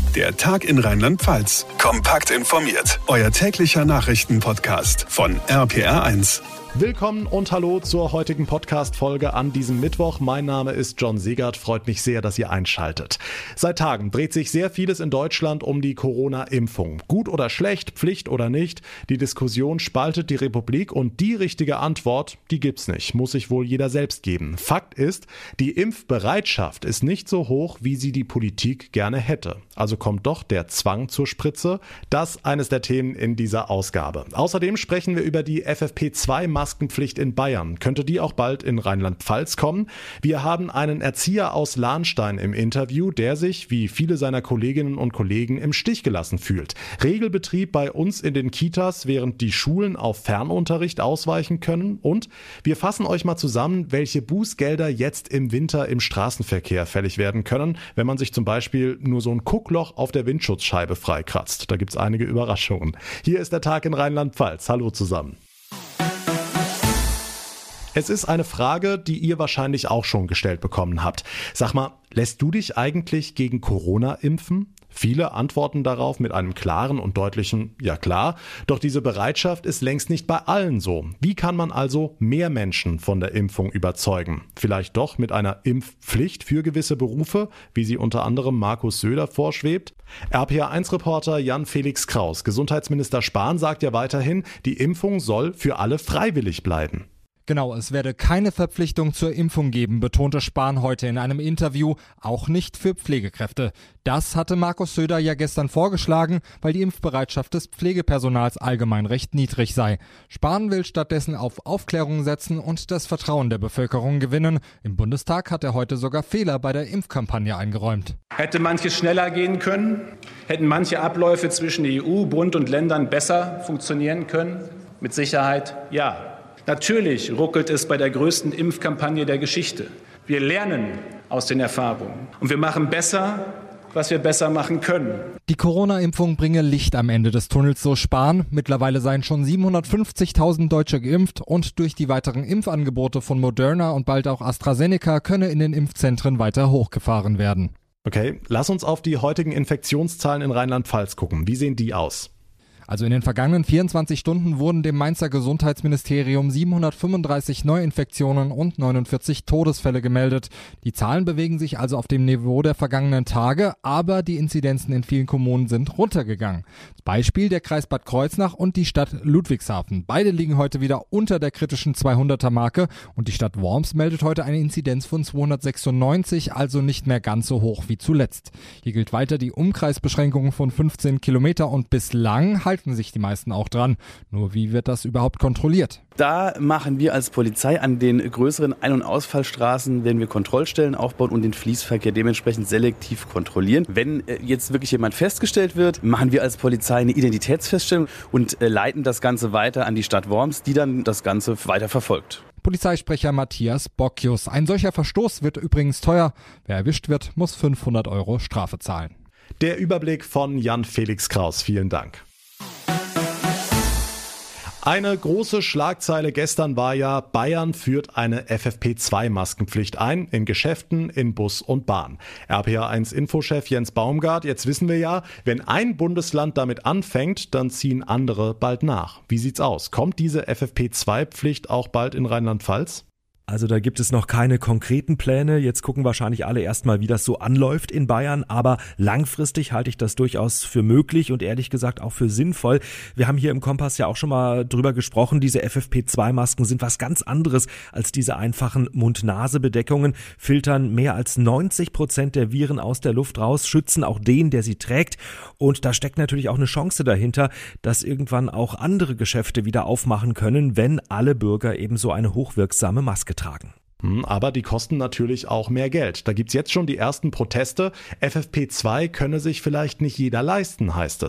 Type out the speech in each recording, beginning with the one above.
Der Tag in Rheinland-Pfalz. Kompakt informiert. Euer täglicher Nachrichtenpodcast von RPR1. Willkommen und hallo zur heutigen Podcast-Folge an diesem Mittwoch. Mein Name ist John Segert. Freut mich sehr, dass ihr einschaltet. Seit Tagen dreht sich sehr vieles in Deutschland um die Corona-Impfung. Gut oder schlecht, Pflicht oder nicht, die Diskussion spaltet die Republik und die richtige Antwort, die gibt's nicht. Muss sich wohl jeder selbst geben. Fakt ist, die Impfbereitschaft ist nicht so hoch, wie sie die Politik gerne hätte. Also kommt doch der Zwang zur Spritze. Das eines der Themen in dieser Ausgabe. Außerdem sprechen wir über die FFP2-Maskenpflicht in Bayern. Könnte die auch bald in Rheinland-Pfalz kommen? Wir haben einen Erzieher aus Lahnstein im Interview, der sich, wie viele seiner Kolleginnen und Kollegen, im Stich gelassen fühlt. Regelbetrieb bei uns in den Kitas, während die Schulen auf Fernunterricht ausweichen können. Und wir fassen euch mal zusammen, welche Bußgelder jetzt im Winter im Straßenverkehr fällig werden können, wenn man sich zum Beispiel nur so ein Guckloch auf der Windschutzscheibe freikratzt. Da gibt's einige Überraschungen. Hier ist der Tag in Rheinland-Pfalz. Hallo zusammen. Es ist eine Frage, die ihr wahrscheinlich auch schon gestellt bekommen habt. Sag mal, lässt du dich eigentlich gegen Corona impfen? Viele antworten darauf mit einem klaren und deutlichen Ja klar, doch diese Bereitschaft ist längst nicht bei allen so. Wie kann man also mehr Menschen von der Impfung überzeugen? Vielleicht doch mit einer Impfpflicht für gewisse Berufe, wie sie unter anderem Markus Söder vorschwebt? RPR1-Reporter Jan-Felix Kraus, Gesundheitsminister Spahn, sagt ja weiterhin, die Impfung soll für alle freiwillig bleiben. Genau, es werde keine Verpflichtung zur Impfung geben, betonte Spahn heute in einem Interview, auch nicht für Pflegekräfte. Das hatte Markus Söder ja gestern vorgeschlagen, weil die Impfbereitschaft des Pflegepersonals allgemein recht niedrig sei. Spahn will stattdessen auf Aufklärung setzen und das Vertrauen der Bevölkerung gewinnen. Im Bundestag hat er heute sogar Fehler bei der Impfkampagne eingeräumt. Hätte manches schneller gehen können? Hätten manche Abläufe zwischen EU, Bund und Ländern besser funktionieren können? Mit Sicherheit ja. Natürlich ruckelt es bei der größten Impfkampagne der Geschichte. Wir lernen aus den Erfahrungen und wir machen besser, was wir besser machen können. Die Corona-Impfung bringe Licht am Ende des Tunnels, so Spahn. Mittlerweile seien schon 750.000 Deutsche geimpft und durch die weiteren Impfangebote von Moderna und bald auch AstraZeneca könne in den Impfzentren weiter hochgefahren werden. Okay, lass uns auf die heutigen Infektionszahlen in Rheinland-Pfalz gucken. Wie sehen die aus? Also in den vergangenen 24 Stunden wurden dem Mainzer Gesundheitsministerium 735 Neuinfektionen und 49 Todesfälle gemeldet. Die Zahlen bewegen sich also auf dem Niveau der vergangenen Tage, aber die Inzidenzen in vielen Kommunen sind runtergegangen. Beispiel der Kreis Bad Kreuznach und die Stadt Ludwigshafen. Beide liegen heute wieder unter der kritischen 200er-Marke und die Stadt Worms meldet heute eine Inzidenz von 296, also nicht mehr ganz so hoch wie zuletzt. Hier gilt weiter die Umkreisbeschränkung von 15 Kilometer und bislang halten sich die meisten auch dran. Nur wie wird das überhaupt kontrolliert? Da machen wir als Polizei an den größeren Ein- und Ausfallstraßen, werden wir Kontrollstellen aufbauen und den Fließverkehr dementsprechend selektiv kontrollieren. Wenn jetzt wirklich jemand festgestellt wird, machen wir als Polizei eine Identitätsfeststellung und leiten das Ganze weiter an die Stadt Worms, die dann das Ganze weiter verfolgt. Polizeisprecher Matthias Bockius. Ein solcher Verstoß wird übrigens teuer. Wer erwischt wird, muss 500 € Strafe zahlen. Der Überblick von Jan-Felix Kraus. Vielen Dank. Eine große Schlagzeile gestern war ja, Bayern führt eine FFP2-Maskenpflicht ein, in Geschäften, in Bus und Bahn. RPR1-Infochef Jens Baumgart, jetzt wissen wir ja, wenn ein Bundesland damit anfängt, dann ziehen andere bald nach. Wie sieht's aus? Kommt diese FFP2-Pflicht auch bald in Rheinland-Pfalz? Also da gibt es noch keine konkreten Pläne. Jetzt gucken wahrscheinlich alle erstmal, wie das so anläuft in Bayern. Aber langfristig halte ich das durchaus für möglich und ehrlich gesagt auch für sinnvoll. Wir haben hier im Kompass ja auch schon mal drüber gesprochen. Diese FFP2-Masken sind was ganz anderes als diese einfachen Mund-Nase-Bedeckungen, filtern mehr als 90% der Viren aus der Luft raus, schützen auch den, der sie trägt. Und da steckt natürlich auch eine Chance dahinter, dass irgendwann auch andere Geschäfte wieder aufmachen können, wenn alle Bürger eben so eine hochwirksame Maske tragen. Aber die kosten natürlich auch mehr Geld. Da gibt's jetzt schon die ersten Proteste. FFP2 könne sich vielleicht nicht jeder leisten, heißt es.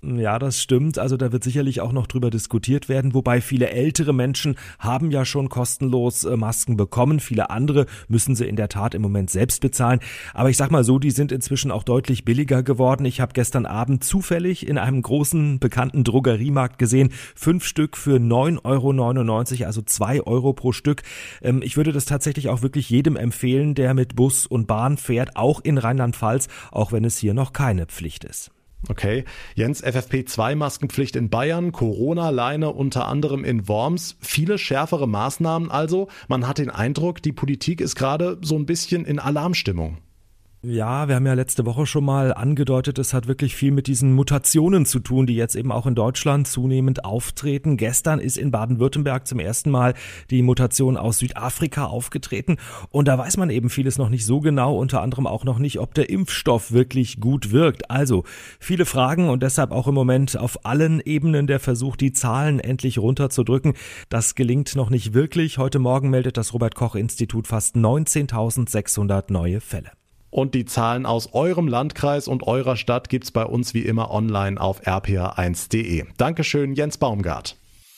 Ja, das stimmt. Also da wird sicherlich auch noch drüber diskutiert werden, wobei viele ältere Menschen haben ja schon kostenlos Masken bekommen. Viele andere müssen sie in der Tat im Moment selbst bezahlen. Aber ich sag mal so, die sind inzwischen auch deutlich billiger geworden. Ich habe gestern Abend zufällig in einem großen, bekannten Drogeriemarkt gesehen, 5 Stück für 9,99 €, also 2 € pro Stück. Ich würde das tatsächlich auch wirklich jedem empfehlen, der mit Bus und Bahn fährt, auch in Rheinland-Pfalz, auch wenn es hier noch keine Pflicht ist. Okay, Jens, FFP2-Maskenpflicht in Bayern, Corona-Leine unter anderem in Worms, viele schärfere Maßnahmen also. Man hat den Eindruck, die Politik ist gerade so ein bisschen in Alarmstimmung. Ja, wir haben ja letzte Woche schon mal angedeutet, es hat wirklich viel mit diesen Mutationen zu tun, die jetzt eben auch in Deutschland zunehmend auftreten. Gestern ist in Baden-Württemberg zum ersten Mal die Mutation aus Südafrika aufgetreten und da weiß man eben vieles noch nicht so genau, unter anderem auch noch nicht, ob der Impfstoff wirklich gut wirkt. Also viele Fragen und deshalb auch im Moment auf allen Ebenen der Versuch, die Zahlen endlich runterzudrücken. Das gelingt noch nicht wirklich. Heute Morgen meldet das Robert-Koch-Institut fast 19.600 neue Fälle. Und die Zahlen aus eurem Landkreis und eurer Stadt gibt's bei uns wie immer online auf rpa1.de. Dankeschön, Jens Baumgart.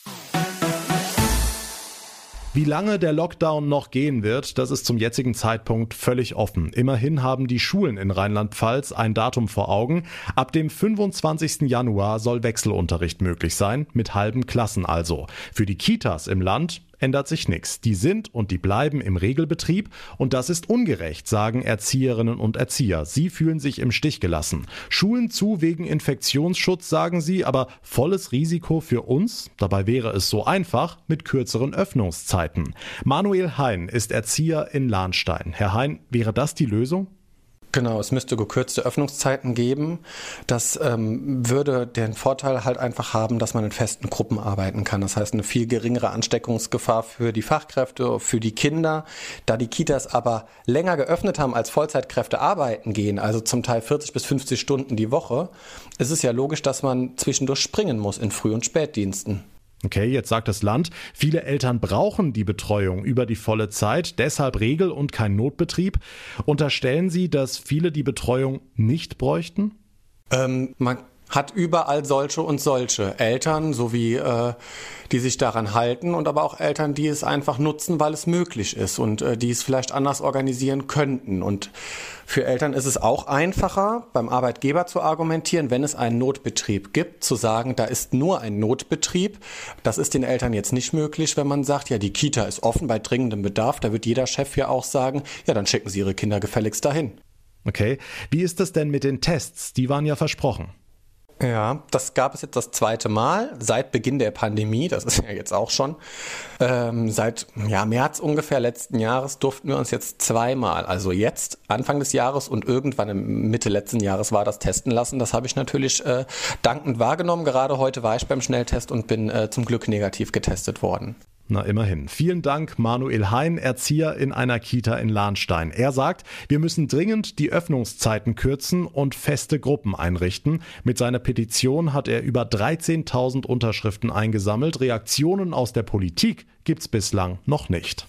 Wie lange der Lockdown noch gehen wird, das ist zum jetzigen Zeitpunkt völlig offen. Immerhin haben die Schulen in Rheinland-Pfalz ein Datum vor Augen. Ab dem 25. Januar soll Wechselunterricht möglich sein, mit halben Klassen also. Für die Kitas im Land ändert sich nichts. Die sind und die bleiben im Regelbetrieb und das ist ungerecht, sagen Erzieherinnen und Erzieher. Sie fühlen sich im Stich gelassen. Schulen zu wegen Infektionsschutz, sagen sie, aber volles Risiko für uns? Dabei wäre es so einfach mit kürzeren Öffnungszeiten. Manuel Hein ist Erzieher in Lahnstein. Herr Hein, wäre das die Lösung? Genau, es müsste gekürzte Öffnungszeiten geben. Das würde den Vorteil halt einfach haben, dass man in festen Gruppen arbeiten kann. Das heißt, eine viel geringere Ansteckungsgefahr für die Fachkräfte, für die Kinder. Da die Kitas aber länger geöffnet haben, als Vollzeitkräfte arbeiten gehen, also zum Teil 40 bis 50 Stunden die Woche, ist es ja logisch, dass man zwischendurch springen muss in Früh- und Spätdiensten. Okay, jetzt sagt das Land, viele Eltern brauchen die Betreuung über die volle Zeit, deshalb Regel- und kein Notbetrieb. Unterstellen Sie, dass viele die Betreuung nicht bräuchten? Man hat überall solche und solche Eltern, sowie die sich daran halten und aber auch Eltern, die es einfach nutzen, weil es möglich ist und die es vielleicht anders organisieren könnten. Und für Eltern ist es auch einfacher, beim Arbeitgeber zu argumentieren, wenn es einen Notbetrieb gibt, zu sagen, da ist nur ein Notbetrieb. Das ist den Eltern jetzt nicht möglich, wenn man sagt, ja, die Kita ist offen bei dringendem Bedarf. Da wird jeder Chef ja auch sagen, ja, dann schicken Sie Ihre Kinder gefälligst dahin. Okay, wie ist das denn mit den Tests? Die waren ja versprochen. Ja, das gab es jetzt das zweite Mal seit Beginn der Pandemie, das ist ja jetzt auch schon. Seit März ungefähr letzten Jahres durften wir uns jetzt zweimal, also jetzt Anfang des Jahres und irgendwann im Mitte letzten Jahres war das testen lassen. Das habe ich natürlich dankend wahrgenommen. Gerade heute war ich beim Schnelltest und bin zum Glück negativ getestet worden. Na immerhin. Vielen Dank, Manuel Hein, Erzieher in einer Kita in Lahnstein. Er sagt, wir müssen dringend die Öffnungszeiten kürzen und feste Gruppen einrichten. Mit seiner Petition hat er über 13.000 Unterschriften eingesammelt. Reaktionen aus der Politik gibt's bislang noch nicht.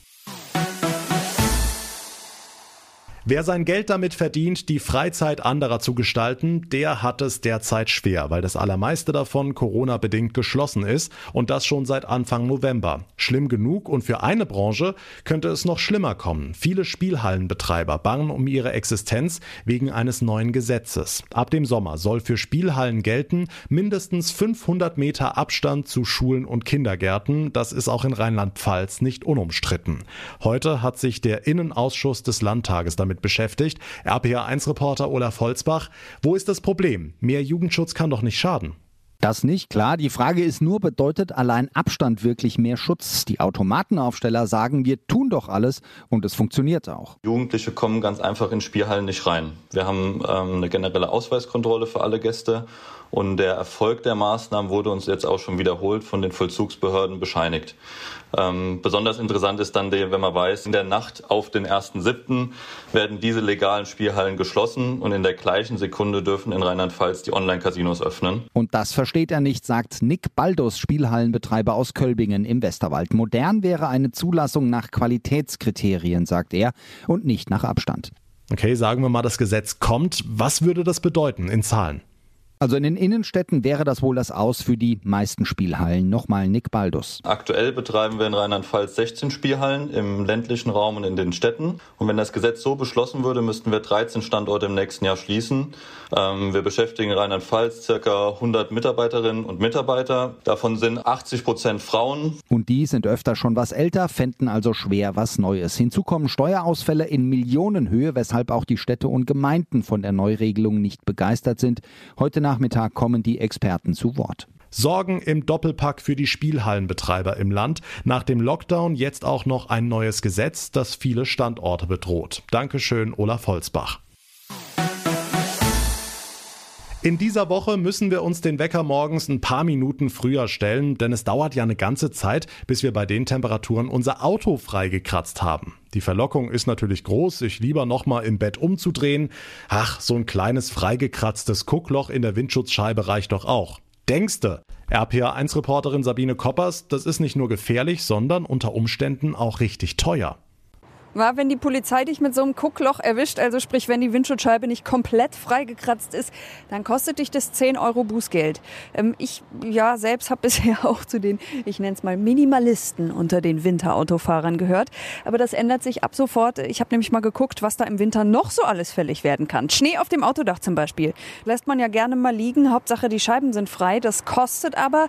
Wer sein Geld damit verdient, die Freizeit anderer zu gestalten, der hat es derzeit schwer, weil das allermeiste davon Corona-bedingt geschlossen ist und das schon seit Anfang November. Schlimm genug und für eine Branche könnte es noch schlimmer kommen. Viele Spielhallenbetreiber bangen um ihre Existenz wegen eines neuen Gesetzes. Ab dem Sommer soll für Spielhallen gelten, mindestens 500 Meter Abstand zu Schulen und Kindergärten. Das ist auch in Rheinland-Pfalz nicht unumstritten. Heute hat sich der Innenausschuss des Landtages damit beschäftigt. RPA1-Reporter Olaf Holzbach. Wo ist das Problem? Mehr Jugendschutz kann doch nicht schaden. Das nicht, klar. Die Frage ist nur, bedeutet allein Abstand wirklich mehr Schutz? Die Automatenaufsteller sagen, wir tun doch alles und es funktioniert auch. Jugendliche kommen ganz einfach in Spielhallen nicht rein. Wir haben eine generelle Ausweiskontrolle für alle Gäste und der Erfolg der Maßnahmen wurde uns jetzt auch schon wiederholt von den Vollzugsbehörden bescheinigt. Besonders interessant ist dann, wenn man weiß, in der Nacht auf den 1.7. werden diese legalen Spielhallen geschlossen und in der gleichen Sekunde dürfen in Rheinland-Pfalz die Online-Casinos öffnen. Und das versteht er nicht, sagt Nick Baldus, Spielhallenbetreiber aus Kölbingen im Westerwald. Modern wäre eine Zulassung nach Qualitätskriterien, sagt er, und nicht nach Abstand. Okay, sagen wir mal, das Gesetz kommt. Was würde das bedeuten in Zahlen? Also in den Innenstädten wäre das wohl das Aus für die meisten Spielhallen. Nochmal Nick Baldus. Aktuell betreiben wir in Rheinland-Pfalz 16 Spielhallen im ländlichen Raum und in den Städten. Und wenn das Gesetz so beschlossen würde, müssten wir 13 Standorte im nächsten Jahr schließen. Wir beschäftigen in Rheinland-Pfalz ca. 100 Mitarbeiterinnen und Mitarbeiter. Davon sind 80% Frauen. Und die sind öfter schon was älter, fänden also schwer was Neues. Hinzu kommen Steuerausfälle in Millionenhöhe, weshalb auch die Städte und Gemeinden von der Neuregelung nicht begeistert sind. Heute Nachmittag kommen die Experten zu Wort. Sorgen im Doppelpack für die Spielhallenbetreiber im Land. Nach dem Lockdown jetzt auch noch ein neues Gesetz, das viele Standorte bedroht. Dankeschön, Olaf Holzbach. In dieser Woche müssen wir uns den Wecker morgens ein paar Minuten früher stellen, denn es dauert ja eine ganze Zeit, bis wir bei den Temperaturen unser Auto freigekratzt haben. Die Verlockung ist natürlich groß, sich lieber nochmal im Bett umzudrehen. Ach, so ein kleines freigekratztes Guckloch in der Windschutzscheibe reicht doch auch. Denkste? RPA1-Reporterin Sabine Koppers, das ist nicht nur gefährlich, sondern unter Umständen auch richtig teuer. Wenn die Polizei dich mit so einem Guckloch erwischt, also sprich, wenn die Windschutzscheibe nicht komplett freigekratzt ist, dann kostet dich das 10 € Bußgeld. Ich selbst habe bisher auch zu den, ich nenne es mal Minimalisten unter den Winterautofahrern gehört. Aber das ändert sich ab sofort. Ich habe nämlich mal geguckt, was da im Winter noch so alles fällig werden kann. Schnee auf dem Autodach zum Beispiel. Lässt man ja gerne mal liegen. Hauptsache, die Scheiben sind frei. Das kostet aber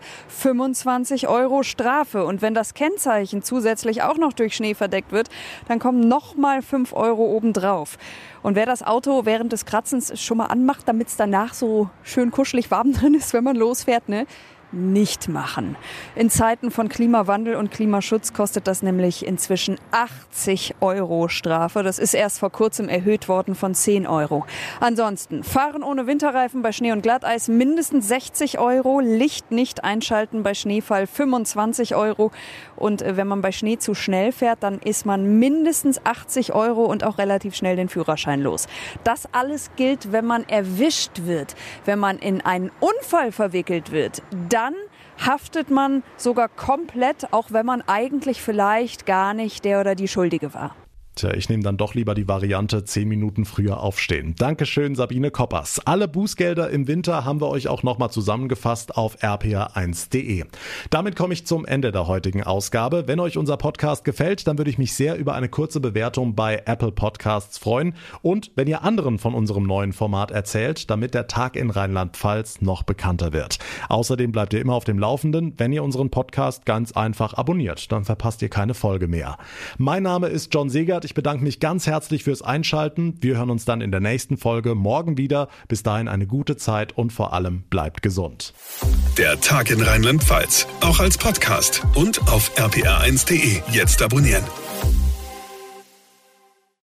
25 € Strafe. Und wenn das Kennzeichen zusätzlich auch noch durch Schnee verdeckt wird, dann kommen nochmal 5 € obendrauf. Und wer das Auto während des Kratzens schon mal anmacht, damit es danach so schön kuschelig warm drin ist, wenn man losfährt, nicht machen. In Zeiten von Klimawandel und Klimaschutz kostet das nämlich inzwischen 80 € Strafe. Das ist erst vor kurzem erhöht worden von 10 €. Ansonsten fahren ohne Winterreifen bei Schnee und Glatteis mindestens 60 €, Licht nicht einschalten bei Schneefall 25 € und wenn man bei Schnee zu schnell fährt, dann ist man mindestens 80 € und auch relativ schnell den Führerschein los. Das alles gilt, wenn man erwischt wird, wenn man in einen Unfall verwickelt wird. Dann haftet man sogar komplett, auch wenn man eigentlich vielleicht gar nicht der oder die Schuldige war. Tja, ich nehme dann doch lieber die Variante 10 Minuten früher aufstehen. Dankeschön, Sabine Koppers. Alle Bußgelder im Winter haben wir euch auch nochmal zusammengefasst auf rpa1.de. Damit komme ich zum Ende der heutigen Ausgabe. Wenn euch unser Podcast gefällt, dann würde ich mich sehr über eine kurze Bewertung bei Apple Podcasts freuen und wenn ihr anderen von unserem neuen Format erzählt, damit der Tag in Rheinland-Pfalz noch bekannter wird. Außerdem bleibt ihr immer auf dem Laufenden, wenn ihr unseren Podcast ganz einfach abonniert. Dann verpasst ihr keine Folge mehr. Mein Name ist John Segert. Ich bedanke mich ganz herzlich fürs Einschalten. Wir hören uns dann in der nächsten Folge morgen wieder. Bis dahin eine gute Zeit und vor allem bleibt gesund. Der Tag in Rheinland-Pfalz, auch als Podcast und auf rpr1.de. Jetzt abonnieren.